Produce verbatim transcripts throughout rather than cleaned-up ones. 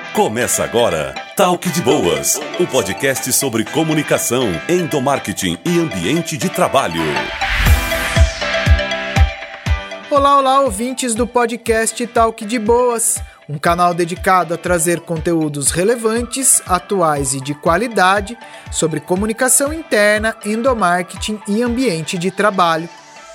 Começa agora, Talk de Boas, o podcast sobre comunicação, endomarketing e ambiente de trabalho. Olá, olá, ouvintes do podcast Talk de Boas, um canal dedicado a trazer conteúdos relevantes, atuais e de qualidade sobre comunicação interna, endomarketing e ambiente de trabalho.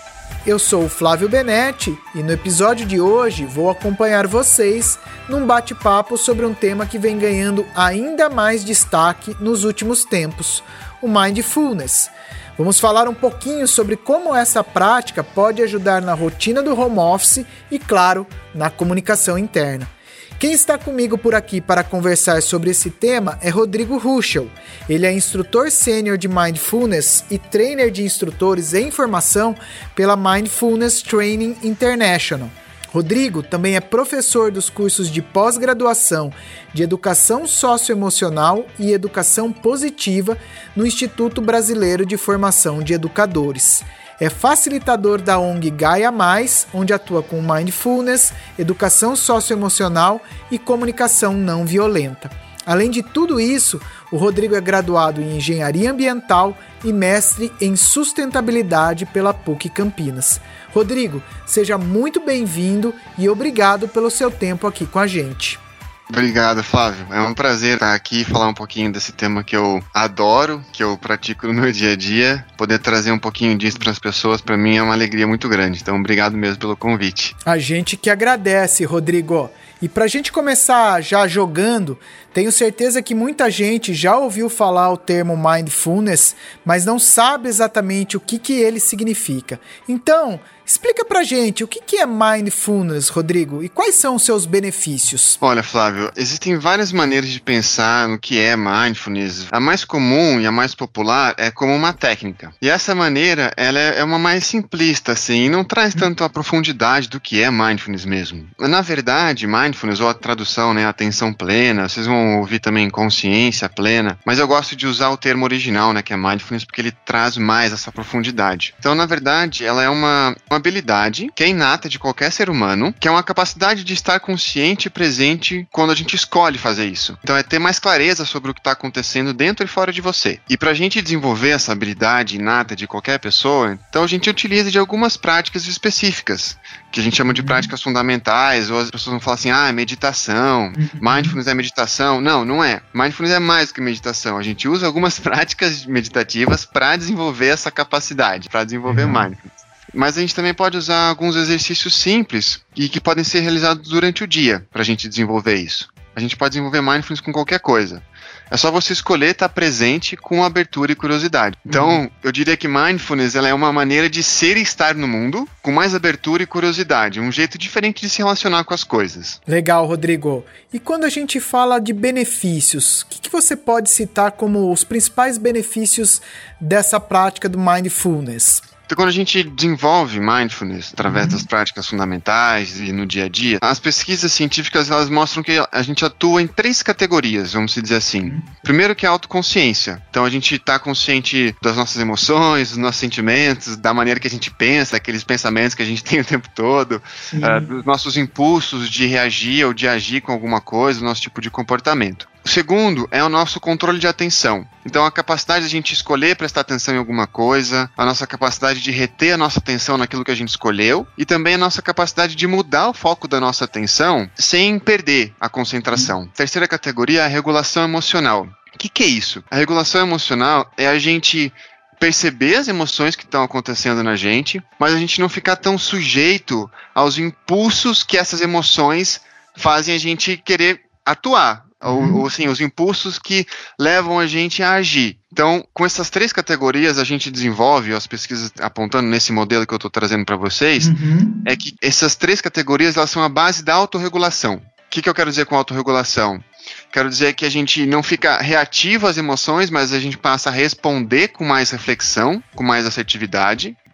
Eu sou o Flávio Benetti e no episódio de hoje vou acompanhar vocês num bate-papo sobre um tema que vem ganhando ainda mais destaque nos últimos tempos, o Mindfulness. Vamos falar um pouquinho sobre como essa prática pode ajudar na rotina do home office e, claro, na comunicação interna. Quem está comigo por aqui para conversar sobre esse tema é Rodrigo Ruschel. Ele é instrutor sênior de Mindfulness e trainer de instrutores em formação pela Mindfulness Training International. Rodrigo também é professor dos cursos de pós-graduação de Educação Socioemocional e Educação Positiva no Instituto Brasileiro de Formação de Educadores. É facilitador da O N G Gaia Mais, onde atua com Mindfulness, Educação Socioemocional e Comunicação Não Violenta. Além de tudo isso, o Rodrigo é graduado em Engenharia Ambiental e mestre em Sustentabilidade pela P U C Campinas. Rodrigo, seja muito bem-vindo e obrigado pelo seu tempo aqui com a gente. Obrigado, Flávio. É um prazer estar aqui e falar um pouquinho desse tema que eu adoro, que eu pratico no meu dia a dia. Poder trazer um pouquinho disso para as pessoas, para mim, é uma alegria muito grande. Então, obrigado mesmo pelo convite. A gente que agradece, Rodrigo. E para a gente começar já jogando, tenho certeza que muita gente já ouviu falar o termo Mindfulness, mas não sabe exatamente o que, que ele significa. Então, explica pra gente o que, que é Mindfulness, Rodrigo, e quais são os seus benefícios? Olha, Flávio, existem várias maneiras de pensar no que é Mindfulness. A mais comum e a mais popular é como uma técnica. E essa maneira, ela é uma mais simplista, assim, e não traz tanto a profundidade do que é Mindfulness mesmo. Na verdade, Mindfulness, ou a tradução, né, atenção plena, vocês vão ouvir também consciência plena, mas eu gosto de usar o termo original, né, que é Mindfulness, porque ele traz mais essa profundidade. Então, na verdade, ela é uma uma habilidade que é inata de qualquer ser humano, que é uma capacidade de estar consciente e presente quando a gente escolhe fazer isso. Então é ter mais clareza sobre o que está acontecendo dentro e fora de você. E para a gente desenvolver essa habilidade inata de qualquer pessoa, então a gente utiliza de algumas práticas específicas, que a gente chama de práticas fundamentais, ou as pessoas vão falar assim, ah, meditação, Mindfulness é meditação. Não, não é. Mindfulness é mais do que meditação. A gente usa algumas práticas meditativas para desenvolver essa capacidade, para desenvolver uhum. Mindfulness. Mas a gente também pode usar alguns exercícios simples e que podem ser realizados durante o dia para a gente desenvolver isso. A gente pode desenvolver Mindfulness com qualquer coisa. É só você escolher estar presente com abertura e curiosidade. Então, uhum. eu diria que Mindfulness ela é uma maneira de ser e estar no mundo com mais abertura e curiosidade. Um jeito diferente de se relacionar com as coisas. Legal, Rodrigo. E quando a gente fala de benefícios, o que, que você pode citar como os principais benefícios dessa prática do Mindfulness? Então, quando a gente desenvolve Mindfulness através uhum. das práticas fundamentais e no dia a dia, as pesquisas científicas elas mostram que a gente atua em três categorias, vamos dizer assim. Uhum. Primeiro que é a autoconsciência. Então a gente está consciente das nossas emoções, dos nossos sentimentos, da maneira que a gente pensa, aqueles pensamentos que a gente tem o tempo todo, uh, dos nossos impulsos de reagir ou de agir com alguma coisa, do nosso tipo de comportamento. O segundo é o nosso controle de atenção. Então, a capacidade de a gente escolher prestar atenção em alguma coisa, a nossa capacidade de reter a nossa atenção naquilo que a gente escolheu e também a nossa capacidade de mudar o foco da nossa atenção sem perder a concentração. Terceira categoria é a regulação emocional. O que, que é isso? A regulação emocional é a gente perceber as emoções que estão acontecendo na gente, mas a gente não ficar tão sujeito aos impulsos que essas emoções fazem a gente querer atuar. Ou, ou assim, os impulsos que levam a gente a agir. Então, com essas três categorias, a gente desenvolve, as pesquisas apontando nesse modelo que eu estou trazendo para vocês, uhum. é que essas três categorias elas são a base da autorregulação. O que, que eu quero dizer com autorregulação? Quero dizer que a gente não fica reativo às emoções, mas a gente passa a responder com mais reflexão, com mais assertividade.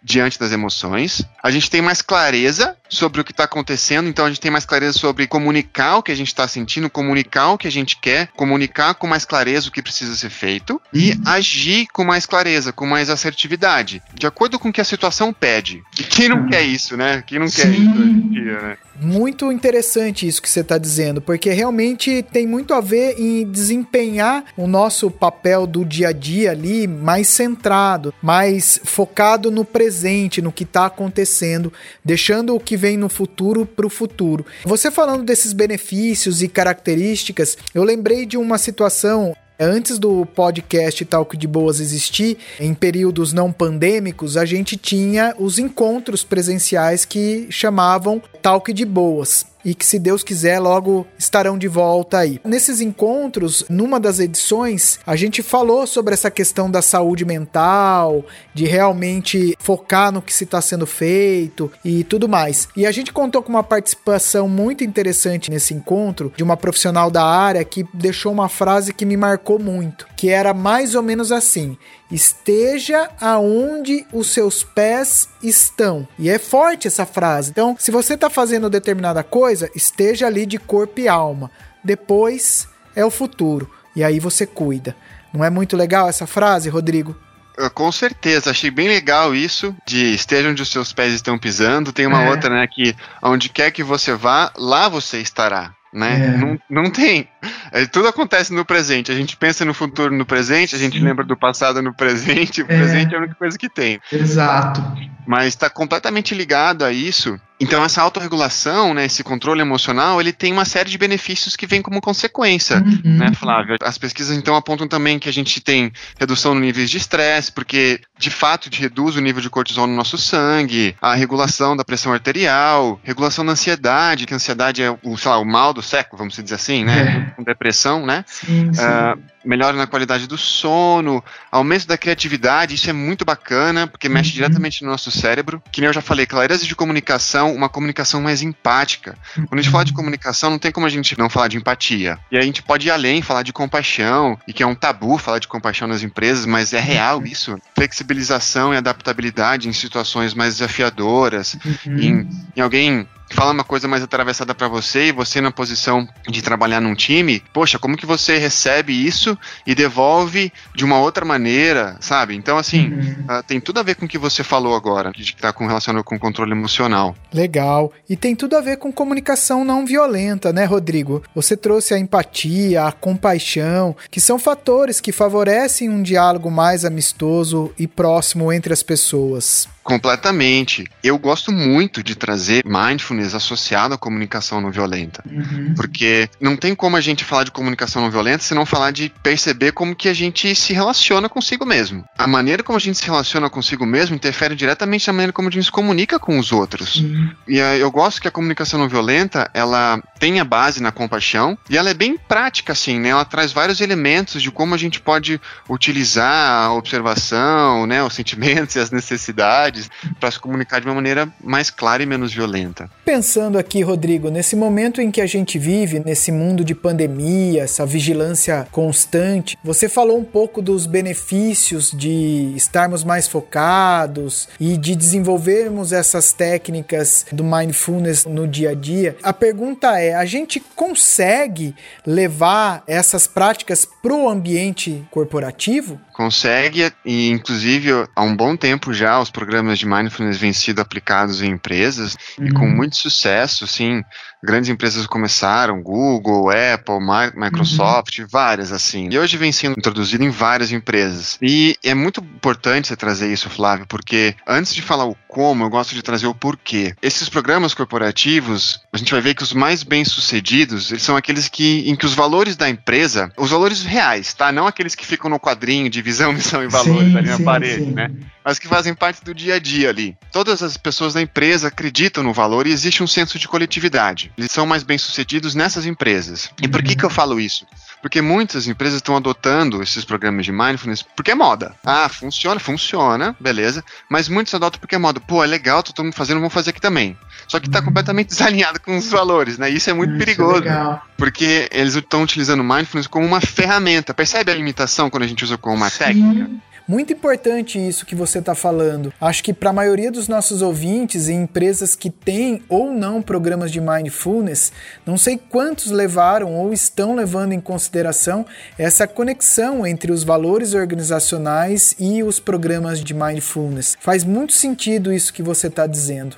diante das emoções. A gente tem mais clareza sobre o que está acontecendo, então a gente tem mais clareza sobre comunicar o que a gente está sentindo, comunicar o que a gente quer, comunicar com mais clareza o que precisa ser feito e agir com mais clareza, com mais assertividade, de acordo com o que a situação pede. E quem não quer isso, né? Quem não Sim. quer isso hoje em dia, né? Muito interessante isso que você está dizendo, porque realmente tem muito a ver em desempenhar o nosso papel do dia a dia ali mais centrado, mais focado no presente, no que está acontecendo, deixando o que vem no futuro para o futuro. Você falando desses benefícios e características, eu lembrei de uma situação. Antes do podcast Talk de Boas existir, em períodos não pandêmicos, a gente tinha os encontros presenciais que chamavam Talk de Boas. E que, se Deus quiser, logo estarão de volta aí. Nesses encontros, numa das edições, a gente falou sobre essa questão da saúde mental, de realmente focar no que se está sendo feito e tudo mais. E a gente contou com uma participação muito interessante nesse encontro, de uma profissional da área que deixou uma frase que me marcou muito, que era mais ou menos assim: esteja aonde os seus pés estão. E é forte essa frase. Então, se você está fazendo determinada coisa, esteja ali de corpo e alma. Depois é o futuro. E aí você cuida. Não é muito legal essa frase, Rodrigo? Com certeza, achei bem legal isso, de esteja onde os seus pés estão pisando. Tem uma é. outra, né, que onde quer que você vá, lá você estará. Né? É. Não, não tem. É, tudo acontece no presente. A gente pensa no futuro no presente, a gente Sim. lembra do passado no presente. O é. presente é a única coisa que tem. Exato. Mas está completamente ligado a isso. Então essa autorregulação, né, esse controle emocional, ele tem uma série de benefícios que vem como consequência, uhum. né, Flávia? As pesquisas então apontam também que a gente tem redução no níveis de estresse, porque de fato reduz o nível de cortisol no nosso sangue, a regulação da pressão arterial, regulação da ansiedade, que a ansiedade é o, sei lá, o mal do século, vamos dizer assim, né? Com é. depressão, né? Sim, sim. Uh, melhora na qualidade do sono, aumento da criatividade, isso é muito bacana, porque mexe uhum. diretamente no nosso cérebro. Que nem eu já falei, clareza de comunicação, uma comunicação mais empática. Quando a gente fala de comunicação, não tem como a gente não falar de empatia. E aí a gente pode ir além, falar de compaixão, e que é um tabu falar de compaixão nas empresas, mas é real isso. Flexibilização e adaptabilidade em situações mais desafiadoras, uhum. em, em alguém fala uma coisa mais atravessada para você e você na posição de trabalhar num time, poxa, como que você recebe isso e devolve de uma outra maneira, sabe? Então, assim, uhum. uh, tem tudo a ver com o que você falou agora, que está com relacionado com controle emocional. Legal. E tem tudo a ver com comunicação não violenta, né, Rodrigo? Você trouxe a empatia, a compaixão, que são fatores que favorecem um diálogo mais amistoso e próximo entre as pessoas. Completamente. Eu gosto muito de trazer mindfulness associado à comunicação não violenta. Uhum. Porque não tem como a gente falar de comunicação não violenta se não falar de perceber como que a gente se relaciona consigo mesmo. A maneira como a gente se relaciona consigo mesmo interfere diretamente na maneira como a gente se comunica com os outros. Uhum. E uh, eu gosto que a comunicação não violenta, ela tem a base na compaixão e ela é bem prática, assim, né? Ela traz vários elementos de como a gente pode utilizar a observação, né? Os sentimentos e as necessidades para se comunicar de uma maneira mais clara e menos violenta. Pensando aqui, Rodrigo, nesse momento em que a gente vive, nesse mundo de pandemia, essa vigilância constante, você falou um pouco dos benefícios de estarmos mais focados e de desenvolvermos essas técnicas do mindfulness no dia a dia. A pergunta é, a gente consegue levar essas práticas para o ambiente corporativo? Consegue, e inclusive há um bom tempo já os programas de mindfulness vêm sido aplicados em empresas uhum. e com muito sucesso, sim. Grandes empresas começaram, Google, Apple, Microsoft, uhum. várias assim. E hoje vem sendo introduzido em várias empresas. E é muito importante você trazer isso, Flávio, porque antes de falar o como, eu gosto de trazer o porquê. Esses programas corporativos, a gente vai ver que os mais bem-sucedidos, eles são aqueles que, em que os valores da empresa, os valores reais, tá? Não aqueles que ficam no quadrinho de visão, missão e valores sim, ali na sim, parede, sim. né? Mas que fazem parte do dia a dia ali. Todas as pessoas da empresa acreditam no valor e existe um senso de coletividade. Eles são mais bem-sucedidos nessas empresas. E por que que eu falo isso? Porque muitas empresas estão adotando esses programas de mindfulness porque é moda. Ah, funciona, funciona, beleza. Mas muitos adotam porque é moda. Pô, é legal, tá todo mundo fazendo, vamos fazer aqui também. Só que tá uhum. completamente desalinhado com os valores, né? Isso é muito isso perigoso. É porque eles estão utilizando mindfulness como uma ferramenta. Percebe a limitação quando a gente usa como uma Sim. técnica? Muito importante isso que você está falando. Acho que para a maioria dos nossos ouvintes e empresas que têm ou não programas de Mindfulness, não sei quantos levaram ou estão levando em consideração essa conexão entre os valores organizacionais e os programas de Mindfulness. Faz muito sentido isso que você está dizendo.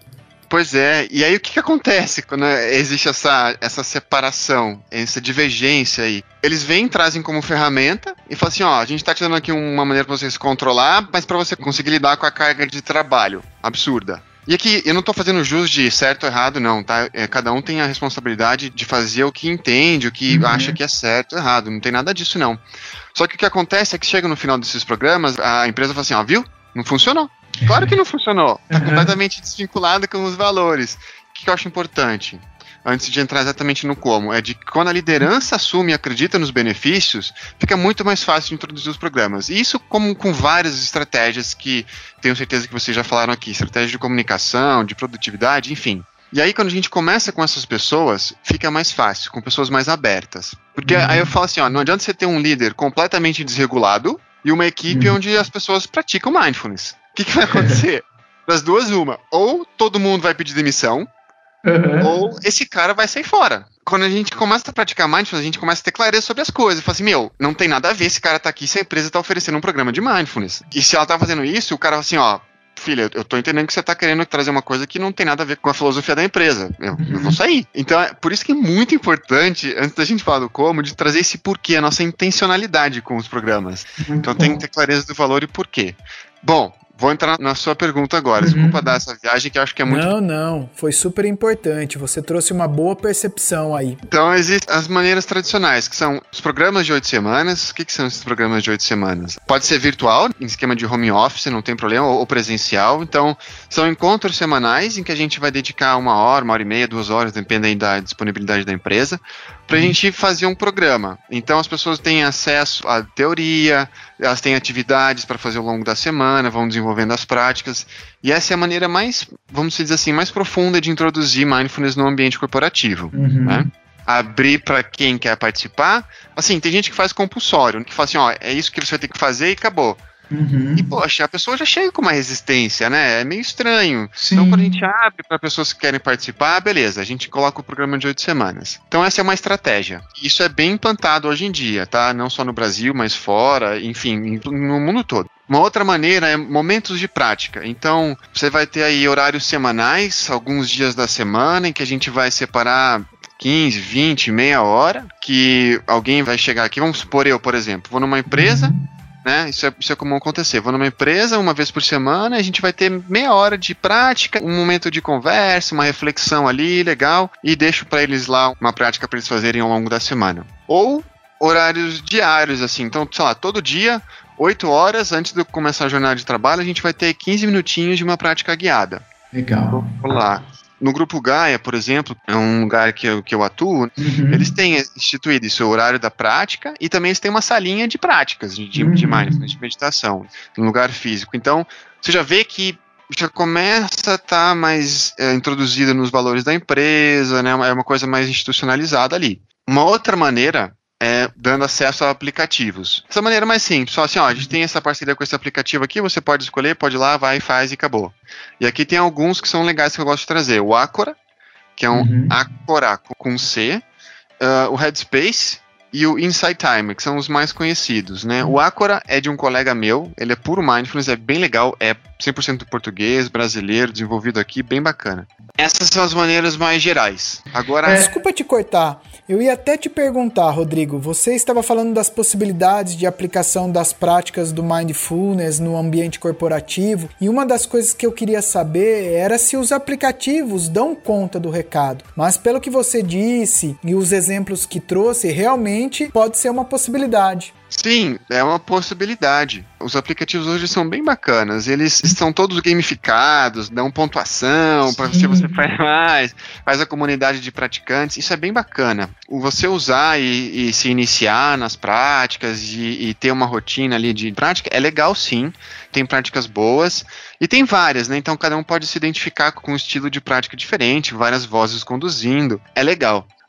Pois é, e aí o que, que acontece quando existe essa, essa separação, essa divergência aí? Eles vêm, trazem como ferramenta e falam assim, ó, a gente tá te dando aqui uma maneira pra você se controlar, mas pra você conseguir lidar com a carga de trabalho absurda. E aqui, eu não tô fazendo jus de certo ou errado, não, tá? É, cada um tem a responsabilidade de fazer o que entende, o que uhum. acha que é certo ou errado, não tem nada disso, não. Só que o que acontece é que chega no final desses programas, a empresa fala assim, ó, viu? Não funcionou. Claro que não funcionou. Está uhum. completamente desvinculada com os valores. O que eu acho importante, antes de entrar exatamente no como, é de que quando a liderança assume e acredita nos benefícios, fica muito mais fácil de introduzir os programas. E isso como com várias estratégias que tenho certeza que vocês já falaram aqui. Estratégia de comunicação, de produtividade, enfim. E aí quando a gente começa com essas pessoas, fica mais fácil, com pessoas mais abertas. Porque uhum. aí eu falo assim, ó, não adianta você ter um líder completamente desregulado e uma equipe uhum. onde as pessoas praticam mindfulness. O que, que vai acontecer? Das duas, uma. Ou todo mundo vai pedir demissão, uhum. ou esse cara vai sair fora. Quando a gente começa a praticar mindfulness, a gente começa a ter clareza sobre as coisas. Fala assim, meu, não tem nada a ver esse cara tá aqui se a empresa tá oferecendo um programa de mindfulness. E se ela tá fazendo isso, o cara fala assim, ó, filha, eu tô entendendo que você tá querendo trazer uma coisa que não tem nada a ver com a filosofia da empresa. Eu, eu vou sair. Então, é por isso que é muito importante, antes da gente falar do como, de trazer esse porquê, a nossa intencionalidade com os programas. Muito então, bom. Tem que ter clareza do valor e porquê. Bom, vou entrar na sua pergunta agora. Uhum. Desculpa dar essa viagem que eu acho que é muito... Não, não. Foi super importante. Você trouxe uma boa percepção aí. Então, existem as maneiras tradicionais, que são os programas de oito semanas. O que, que são esses programas de oito semanas? Pode ser virtual, em esquema de home office, não tem problema, ou presencial. Então, são encontros semanais em que a gente vai dedicar uma hora, uma hora e meia, duas horas, dependendo da disponibilidade da empresa, para a uhum. gente fazer um programa. Então, as pessoas têm acesso à teoria, elas têm atividades para fazer ao longo da semana, vão desenvolvendo as práticas, e essa é a maneira mais, vamos dizer assim, mais profunda de introduzir mindfulness no ambiente corporativo, uhum. né? Abrir para quem quer participar, assim, tem gente que faz compulsório, que fala assim, ó, é isso que você vai ter que fazer e acabou. Uhum. E, poxa, a pessoa já chega com uma resistência, né? É meio estranho. Sim. Então, quando a gente abre para pessoas que querem participar, beleza, a gente coloca o programa de oito semanas. Então, essa é uma estratégia. Isso é bem implantado hoje em dia, tá? Não só no Brasil, mas fora, enfim, no mundo todo. Uma outra maneira é momentos de prática. Então, você vai ter aí horários semanais, alguns dias da semana, em que a gente vai separar quinze, vinte, meia hora, que alguém vai chegar aqui, vamos supor eu, por exemplo, vou numa empresa... Uhum. Né? Isso, é, isso é comum acontecer. Vou numa empresa uma vez por semana, a gente vai ter meia hora de prática, um momento de conversa, uma reflexão ali, legal, e deixo para eles lá uma prática para eles fazerem ao longo da semana. Ou horários diários, assim, então, sei lá, todo dia, oito horas antes de eu começar a jornada de trabalho, a gente vai ter quinze minutinhos de uma prática guiada. Legal. Vamos lá. No Grupo Gaia, por exemplo, é um lugar que eu, que eu atuo, uhum. eles têm instituído isso, o horário da prática, e também eles têm uma salinha de práticas, de, de, uhum. de mindfulness, de meditação, no lugar físico. Então, você já vê que já começa a estar tá mais é, introduzida nos valores da empresa, né? É uma coisa mais institucionalizada ali. Uma outra maneira é dando acesso a aplicativos. Essa maneira mais simples, só assim, ó, a gente tem essa parceria com esse aplicativo aqui, você pode escolher, pode ir lá, vai, faz e acabou. E aqui tem alguns que são legais que eu gosto de trazer. O Ácora, que é um uhum. Ácora com C, uh, o Headspace e o Insight Timer, que são os mais conhecidos, né? O Ácora é de um colega meu, ele é puro mindfulness, é bem legal, é cem por cento português, brasileiro, desenvolvido aqui, bem bacana. Essas são as maneiras mais gerais. Agora, é... Desculpa te cortar, eu ia até te perguntar, Rodrigo, você estava falando das possibilidades de aplicação das práticas do mindfulness no ambiente corporativo, e uma das coisas que eu queria saber era se os aplicativos dão conta do recado, mas pelo que você disse e os exemplos que trouxe, realmente pode ser uma possibilidade. Sim, é uma possibilidade. Os aplicativos hoje são bem bacanas. Eles estão todos gamificados, dão pontuação para você, você faz mais, faz a comunidade de praticantes. Isso é bem bacana. Você usar e, e se iniciar nas práticas e, e ter uma rotina ali de prática é legal, sim. Tem práticas boas e tem várias, né? Então cada um pode se identificar com um estilo de prática diferente, várias vozes conduzindo. É legal.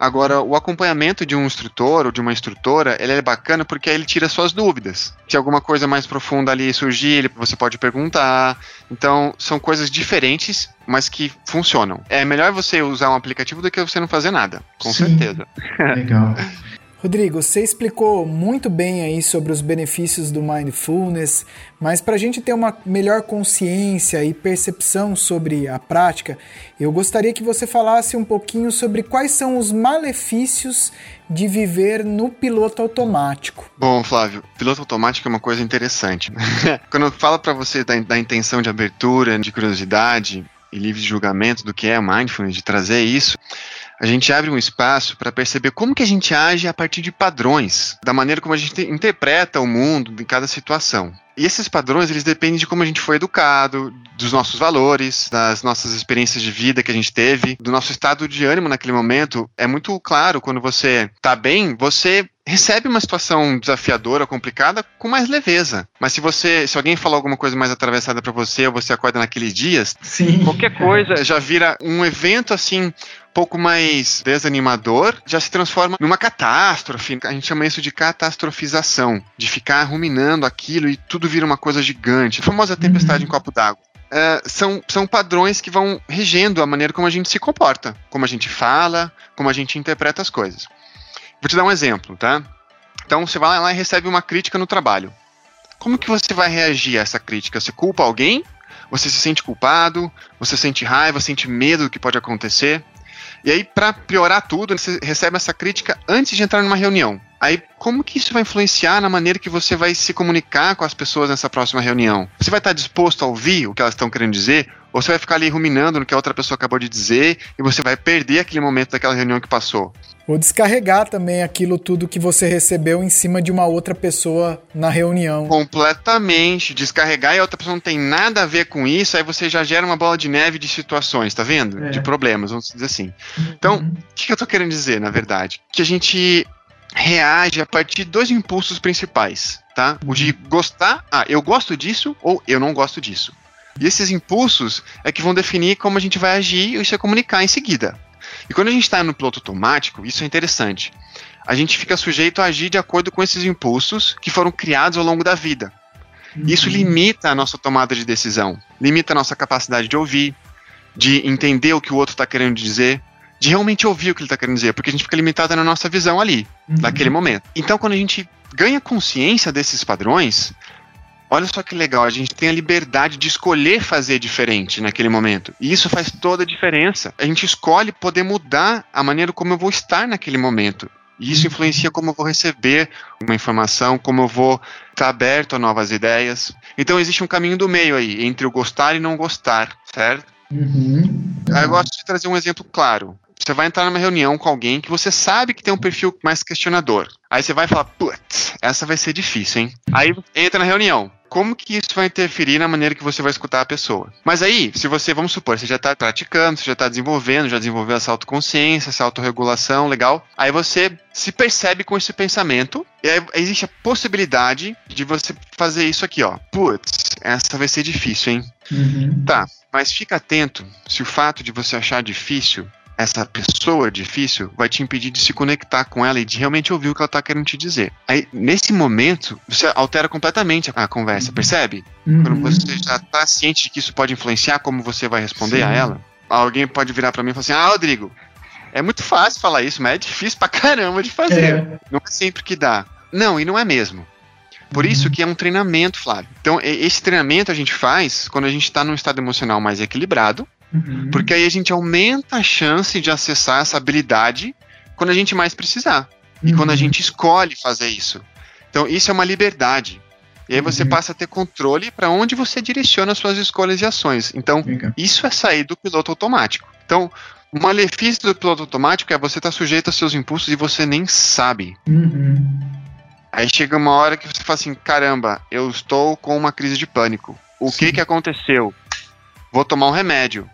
Agora, o acompanhamento de um instrutor ou de uma instrutora, ele é bacana porque aí ele tira suas dúvidas. Se alguma coisa mais profunda ali surgir, ele, você pode perguntar. Então, são coisas diferentes, mas que funcionam. É melhor você usar um aplicativo do que você não fazer nada, com Sim. certeza. Legal. Rodrigo, você explicou muito bem aí sobre os benefícios do Mindfulness, mas para a gente ter uma melhor consciência e percepção sobre a prática, eu gostaria que você falasse um pouquinho sobre quais são os malefícios de viver no piloto automático. Bom, Flávio, piloto automático é uma coisa interessante. Quando eu falo para você da, da intenção de abertura, de curiosidade e livre de julgamento do que é Mindfulness, de trazer isso, a gente abre um espaço para perceber como que a gente age a partir de padrões, da maneira como a gente interpreta o mundo em cada situação. E esses padrões, eles dependem de como a gente foi educado, dos nossos valores, das nossas experiências de vida que a gente teve, do nosso estado de ânimo naquele momento. É muito claro, quando você tá bem, você recebe uma situação desafiadora, complicada, com mais leveza. Mas se você, se alguém falar alguma coisa mais atravessada para você, ou você acorda naqueles dias, Sim. qualquer coisa já vira um evento assim, um pouco mais desanimador, já se transforma numa catástrofe. A gente chama isso de catastrofização, de ficar ruminando aquilo e tudo vira uma coisa gigante. A famosa tempestade uhum. em copo d'água. Uh, são, são padrões que vão regendo a maneira como a gente se comporta, como a gente fala, como a gente interpreta as coisas. Vou te dar um exemplo, tá? Então, você vai lá e recebe uma crítica no trabalho. Como que você vai reagir a essa crítica? Você culpa alguém? Você se sente culpado? Você sente raiva? Sente medo do que pode acontecer? E aí, para piorar tudo, você recebe essa crítica antes de entrar numa reunião. Aí, como que isso vai influenciar na maneira que você vai se comunicar com as pessoas nessa próxima reunião? Você vai estar disposto a ouvir o que elas estão querendo dizer? Ou você vai ficar ali ruminando no que a outra pessoa acabou de dizer e você vai perder aquele momento daquela reunião que passou? Ou descarregar também aquilo tudo que você recebeu em cima de uma outra pessoa na reunião. Completamente. Descarregar e a outra pessoa não tem nada a ver com isso, aí você já gera uma bola de neve de situações, tá vendo? É. De problemas, vamos dizer assim. Então, uhum. o que eu tô querendo dizer, na verdade? Que a gente reage a partir de dois impulsos principais, tá? O de gostar, ah, eu gosto disso ou eu não gosto disso. E esses impulsos é que vão definir como a gente vai agir e se comunicar em seguida. E quando a gente está no piloto automático, isso é interessante. A gente fica sujeito a agir de acordo com esses impulsos que foram criados ao longo da vida. Uhum. Isso limita a nossa tomada de decisão, limita a nossa capacidade de ouvir, de entender o que o outro está querendo dizer, de realmente ouvir o que ele está querendo dizer, porque a gente fica limitado na nossa visão ali, uhum. naquele momento. Então, quando a gente ganha consciência desses padrões, olha só que legal, a gente tem a liberdade de escolher fazer diferente naquele momento. E isso faz toda a diferença. A gente escolhe poder mudar a maneira como eu vou estar naquele momento. E isso influencia como eu vou receber uma informação, como eu vou estar aberto a novas ideias. Então existe um caminho do meio aí, entre o gostar e não gostar, certo? Uhum. Eu gosto de trazer um exemplo claro. Você vai entrar numa reunião com alguém que você sabe que tem um perfil mais questionador. Aí você vai falar, putz, essa vai ser difícil, hein? Aí entra na reunião. Como que isso vai interferir na maneira que você vai escutar a pessoa? Mas aí, se você, vamos supor, você já está praticando, você já está desenvolvendo, já desenvolveu essa autoconsciência, essa autorregulação, legal. Aí você se percebe com esse pensamento, e aí existe a possibilidade de você fazer isso aqui, ó. Putz, essa vai ser difícil, hein? Uhum. Tá, mas fica atento se o fato de você achar difícil, essa pessoa difícil, vai te impedir de se conectar com ela e de realmente ouvir o que ela está querendo te dizer. Aí, nesse momento, você altera completamente a conversa, uhum. percebe? Uhum. Quando você já está ciente de que isso pode influenciar como você vai responder Sim. a ela, alguém pode virar para mim e falar assim, ah, Rodrigo, é muito fácil falar isso, mas é difícil pra caramba de fazer. É. Não é sempre que dá. Não, e não é mesmo. Por isso que é um treinamento, Flávio. Então, esse treinamento a gente faz quando a gente está num estado emocional mais equilibrado, uhum. porque aí a gente aumenta a chance de acessar essa habilidade quando a gente mais precisar. Uhum. E quando a gente escolhe fazer isso. Então, isso é uma liberdade. E aí você uhum. passa a ter controle para onde você direciona suas escolhas e ações. Então, Fica. isso é sair do piloto automático. Então, o malefício do piloto automático é você estar tá sujeito aos seus impulsos e você nem sabe. Uhum. Aí chega uma hora que você fala assim, caramba, eu estou com uma crise de pânico. O Sim. que que aconteceu? Vou tomar um remédio.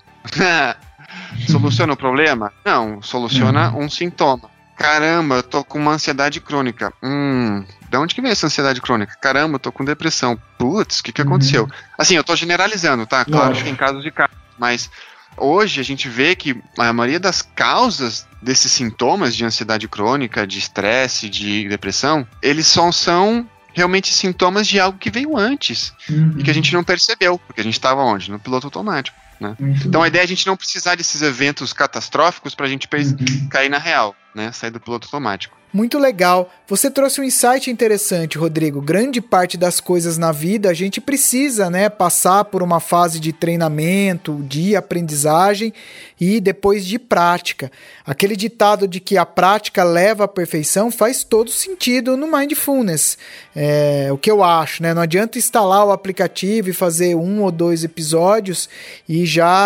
Soluciona o problema? Não, soluciona uhum. um sintoma. Caramba, eu tô com uma ansiedade crônica. Hum, de onde que vem essa ansiedade crônica? Caramba, eu tô com depressão. Putz, o que que uhum. aconteceu? Assim, eu tô generalizando, tá? Claro que tem casos e casos, mas Hoje a gente vê que a maioria das causas desses sintomas de ansiedade crônica, de estresse, de depressão, eles só são realmente sintomas de algo que veio antes uhum. e que a gente não percebeu, porque a gente estava onde? No piloto automático. Né? Então a ideia é a gente não precisar desses eventos catastróficos para a gente uhum. cair na real, né? Sair do piloto automático. Muito legal. Você trouxe um insight interessante, Rodrigo. Grande parte das coisas na vida a gente precisa, né, passar por uma fase de treinamento, de aprendizagem e depois de prática. Aquele ditado de que a prática leva à perfeição faz todo sentido no Mindfulness. É o que eu acho, né? Não adianta instalar o aplicativo e fazer um ou dois episódios e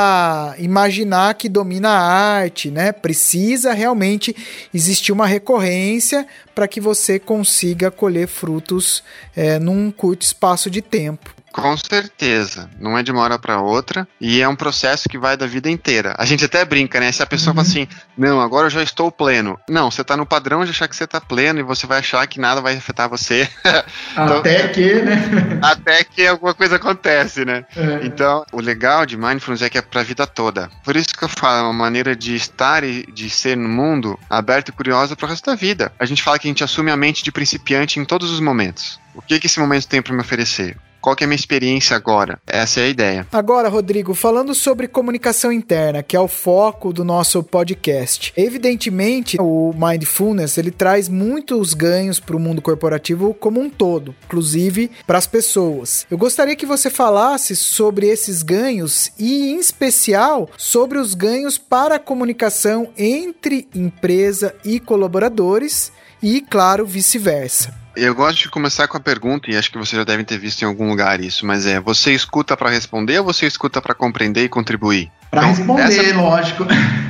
já imaginar que domina a arte, né? Precisa realmente existir uma recorrência para que você consiga colher frutos é, num curto espaço de tempo. Com certeza, não é de uma hora para outra e é um processo que vai da vida inteira. A gente até brinca, né? Se a pessoa uhum. fala assim, não, agora eu já estou pleno. Não, você está no padrão de achar que você está pleno e você vai achar que nada vai afetar você. Então, até que, né? Até que alguma coisa acontece, né? É. Então, o legal de Mindfulness é que é para a vida toda. Por isso que eu falo, é uma maneira de estar e de ser no mundo aberto e curioso para o resto da vida. A gente fala que a gente assume a mente de principiante em todos os momentos. O que, que esse momento tem para me oferecer? Qual que é a minha experiência agora? Essa é a ideia. Agora, Rodrigo, falando sobre comunicação interna, que é o foco do nosso podcast. Evidentemente, o Mindfulness, ele traz muitos ganhos para o mundo corporativo como um todo, inclusive para as pessoas. Eu gostaria que você falasse sobre esses ganhos e, em especial, sobre os ganhos para a comunicação entre empresa e colaboradores e, claro, vice-versa. Eu gosto de começar com a pergunta, e acho que vocês já devem ter visto em algum lugar isso, mas é, você escuta para responder ou você escuta para compreender e contribuir? Para então, responder, essa... lógico.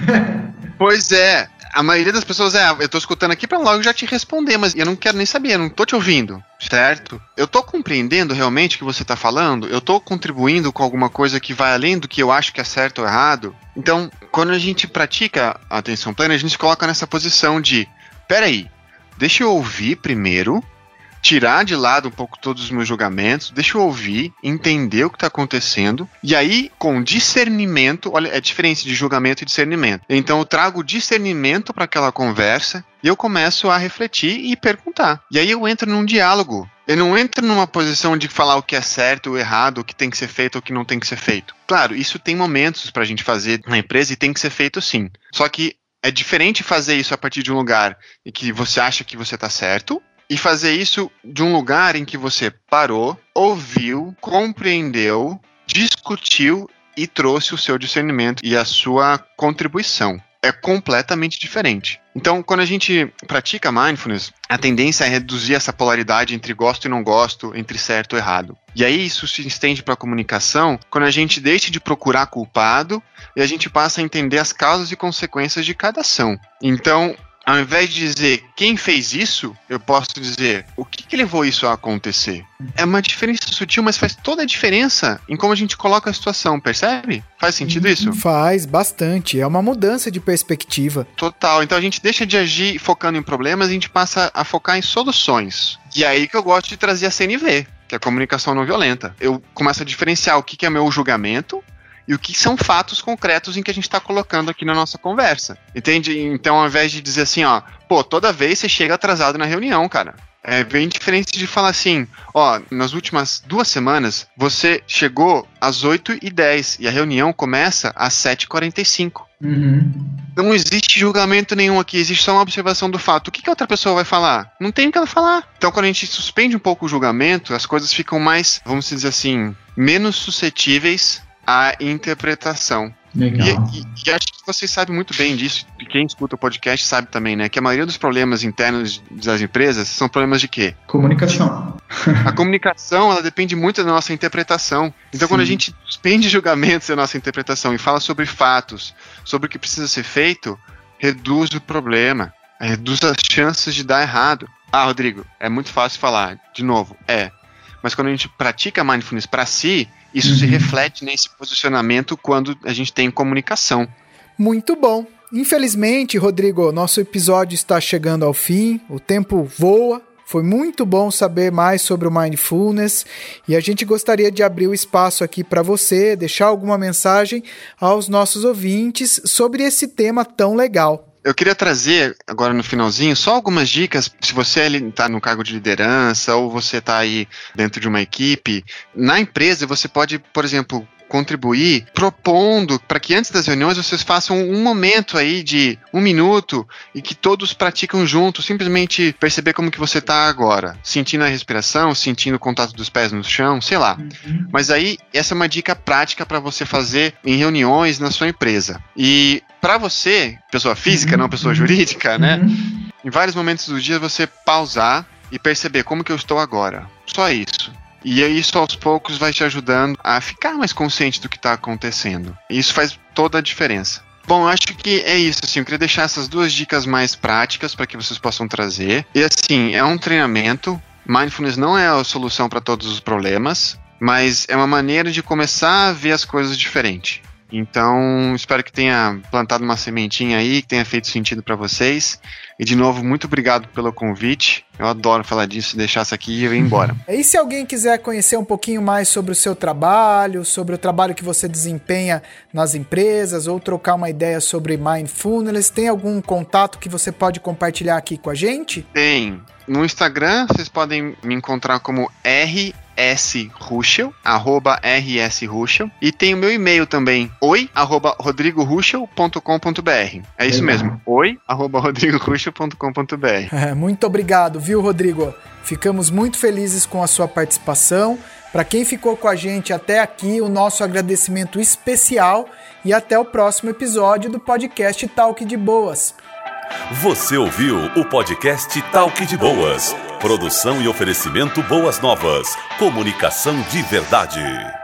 Pois é, a maioria das pessoas é, eu tô escutando aqui para logo já te responder, mas eu não quero nem saber, eu não tô te ouvindo, certo? Eu tô compreendendo realmente o que você tá falando? Eu tô contribuindo com alguma coisa que vai além do que eu acho que é certo ou errado? Então, quando a gente pratica a atenção plena, a gente se coloca nessa posição de, peraí, deixa eu ouvir primeiro, tirar de lado um pouco todos os meus julgamentos, deixa eu ouvir, entender o que está acontecendo, e aí, com discernimento, olha, é diferente de julgamento e discernimento. Então, eu trago discernimento para aquela conversa, e eu começo a refletir e perguntar. E aí eu entro num diálogo. Eu não entro numa posição de falar o que é certo ou errado, o que tem que ser feito ou o que não tem que ser feito. Claro, isso tem momentos para a gente fazer na empresa e tem que ser feito sim. Só que é diferente fazer isso a partir de um lugar em que você acha que você está certo, e fazer isso de um lugar em que você parou, ouviu, compreendeu, discutiu e trouxe o seu discernimento e a sua contribuição. É completamente diferente. Então, quando a gente pratica Mindfulness, a tendência é reduzir essa polaridade entre gosto e não gosto, entre certo e errado. E aí isso se estende para a comunicação quando a gente deixa de procurar culpado e a gente passa a entender as causas e consequências de cada ação. Então, ao invés de dizer quem fez isso, eu posso dizer o que, que levou isso a acontecer. É uma diferença sutil, mas faz toda a diferença em como a gente coloca a situação, percebe? Faz sentido isso? Faz, bastante. É uma mudança de perspectiva. Total. Então a gente deixa de agir focando em problemas e a gente passa a focar em soluções. E é aí que eu gosto de trazer a C N V, que é a comunicação não violenta. Eu começo a diferenciar o que, que é meu julgamento e o que são fatos concretos em que a gente está colocando aqui na nossa conversa. Entende? Então, ao invés de dizer assim, ó, pô, toda vez você chega atrasado na reunião, cara. É bem diferente de falar assim, ó, nas últimas duas semanas, você chegou às oito e dez e a reunião começa às sete e quarenta e cinco. Uhum. Não existe julgamento nenhum aqui, existe só uma observação do fato. O que, que a outra pessoa vai falar? Não tem o que ela falar. Então, quando a gente suspende um pouco o julgamento, as coisas ficam mais, vamos dizer assim, menos suscetíveis à interpretação. Legal. E, e, e acho que vocês sabem muito bem disso, e quem escuta o podcast sabe também, né? Que a maioria dos problemas internos das empresas são problemas de quê? Comunicação. A comunicação, ela depende muito da nossa interpretação. Então, Sim. quando a gente suspende julgamentos da nossa interpretação e fala sobre fatos, sobre o que precisa ser feito, reduz o problema, reduz as chances de dar errado. Ah, Rodrigo, é muito fácil falar. De novo, é. Mas quando a gente pratica mindfulness para si, isso uhum. se reflete nesse posicionamento quando a gente tem comunicação. Muito bom. Infelizmente, Rodrigo, nosso episódio está chegando ao fim, o tempo voa, Foi muito bom saber mais sobre o Mindfulness e a gente gostaria de abrir o espaço aqui para você deixar alguma mensagem aos nossos ouvintes sobre esse tema tão legal. Eu queria trazer, agora no finalzinho, só algumas dicas, se você está no cargo de liderança ou você está aí dentro de uma equipe. Na empresa, você pode, por exemplo, contribuir propondo para que antes das reuniões vocês façam um momento aí de um minuto e que todos praticam juntos, simplesmente perceber como que você está agora, sentindo a respiração, sentindo o contato dos pés no chão, sei lá. Uhum. Mas aí, essa é uma dica prática para você fazer em reuniões na sua empresa. E para você, pessoa física, uhum. não pessoa jurídica, uhum. né? Em vários momentos do dia você pausar e perceber como que eu estou agora. Só isso. E isso aos poucos vai te ajudando a ficar mais consciente do que está acontecendo. E isso faz toda a diferença. Bom, acho que é isso, assim, eu queria deixar essas duas dicas mais práticas para que vocês possam trazer. E assim, é um treinamento, Mindfulness não é a solução para todos os problemas, mas é uma maneira de começar a ver as coisas diferente. Então, espero que tenha plantado uma sementinha aí, que tenha feito sentido para vocês. E, de novo, muito obrigado pelo convite. Eu adoro falar disso, deixar isso aqui e eu ir embora. E se alguém quiser conhecer um pouquinho mais sobre o seu trabalho, sobre o trabalho que você desempenha nas empresas, ou trocar uma ideia sobre Mindfulness, tem algum contato que você pode compartilhar aqui com a gente? Tem. No Instagram, vocês podem me encontrar como R S Ruschel, arroba R S Ruschel, e tem o meu e-mail também, oi, arroba rodrigo ruschel ponto com ponto b r. É isso Legal. mesmo, oi, arroba rodrigo ruschel ponto com ponto b r. É, muito obrigado, viu, Rodrigo? Ficamos muito felizes com a sua participação. Para quem ficou com a gente até aqui, o nosso agradecimento especial e até o próximo episódio do podcast Talk de Boas. Você ouviu o podcast Talk de Boas. Produção e oferecimento Boas Novas. Comunicação de verdade.